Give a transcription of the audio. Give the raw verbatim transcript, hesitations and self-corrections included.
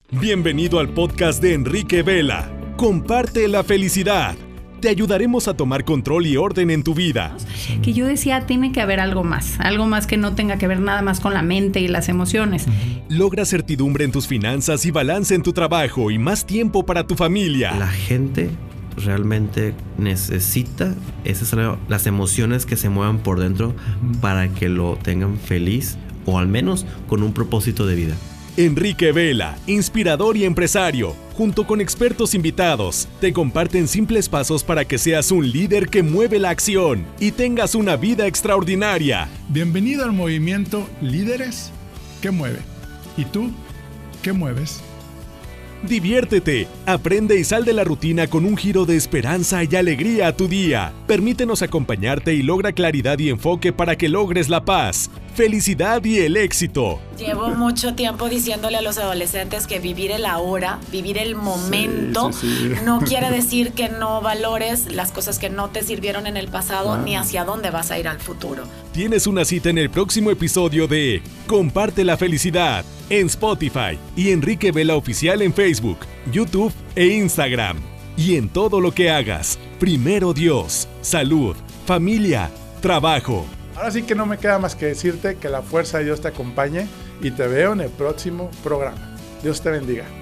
Bienvenido al podcast de Enrique Vela. Comparte la felicidad. Te ayudaremos a tomar control y orden en tu vida. Que yo decía, tiene que haber algo más, algo más que no tenga que ver nada más con la mente y las emociones. Logra certidumbre en tus finanzas y balance en tu trabajo y más tiempo para tu familia. La gente realmente necesita esas las emociones que se muevan por dentro para que lo tengan feliz o al menos con un propósito de vida. Enrique Vela, inspirador y empresario, junto con expertos invitados, te comparten simples pasos para que seas un líder que mueve la acción y tengas una vida extraordinaria. Bienvenido al movimiento Líderes que Mueve. ¿Y tú qué mueves? Diviértete, aprende y sal de la rutina con un giro de esperanza y alegría a tu día. Permítenos acompañarte y logra claridad y enfoque para que logres la paz, felicidad y el éxito. Llevo mucho tiempo diciéndole a los adolescentes que vivir el ahora, vivir el momento, sí, sí, sí. no quiere decir que no valores las cosas que no te sirvieron en el pasado, ah. ni hacia dónde vas a ir al futuro. Tienes una cita en el próximo episodio de Comparte la Felicidad en Spotify y Enrique Vela Oficial en Facebook, YouTube e Instagram. Y en todo lo que hagas, primero Dios, salud, familia, trabajo. Ahora sí que no me queda más que decirte que la fuerza de Dios te acompañe y te veo en el próximo programa. Dios te bendiga.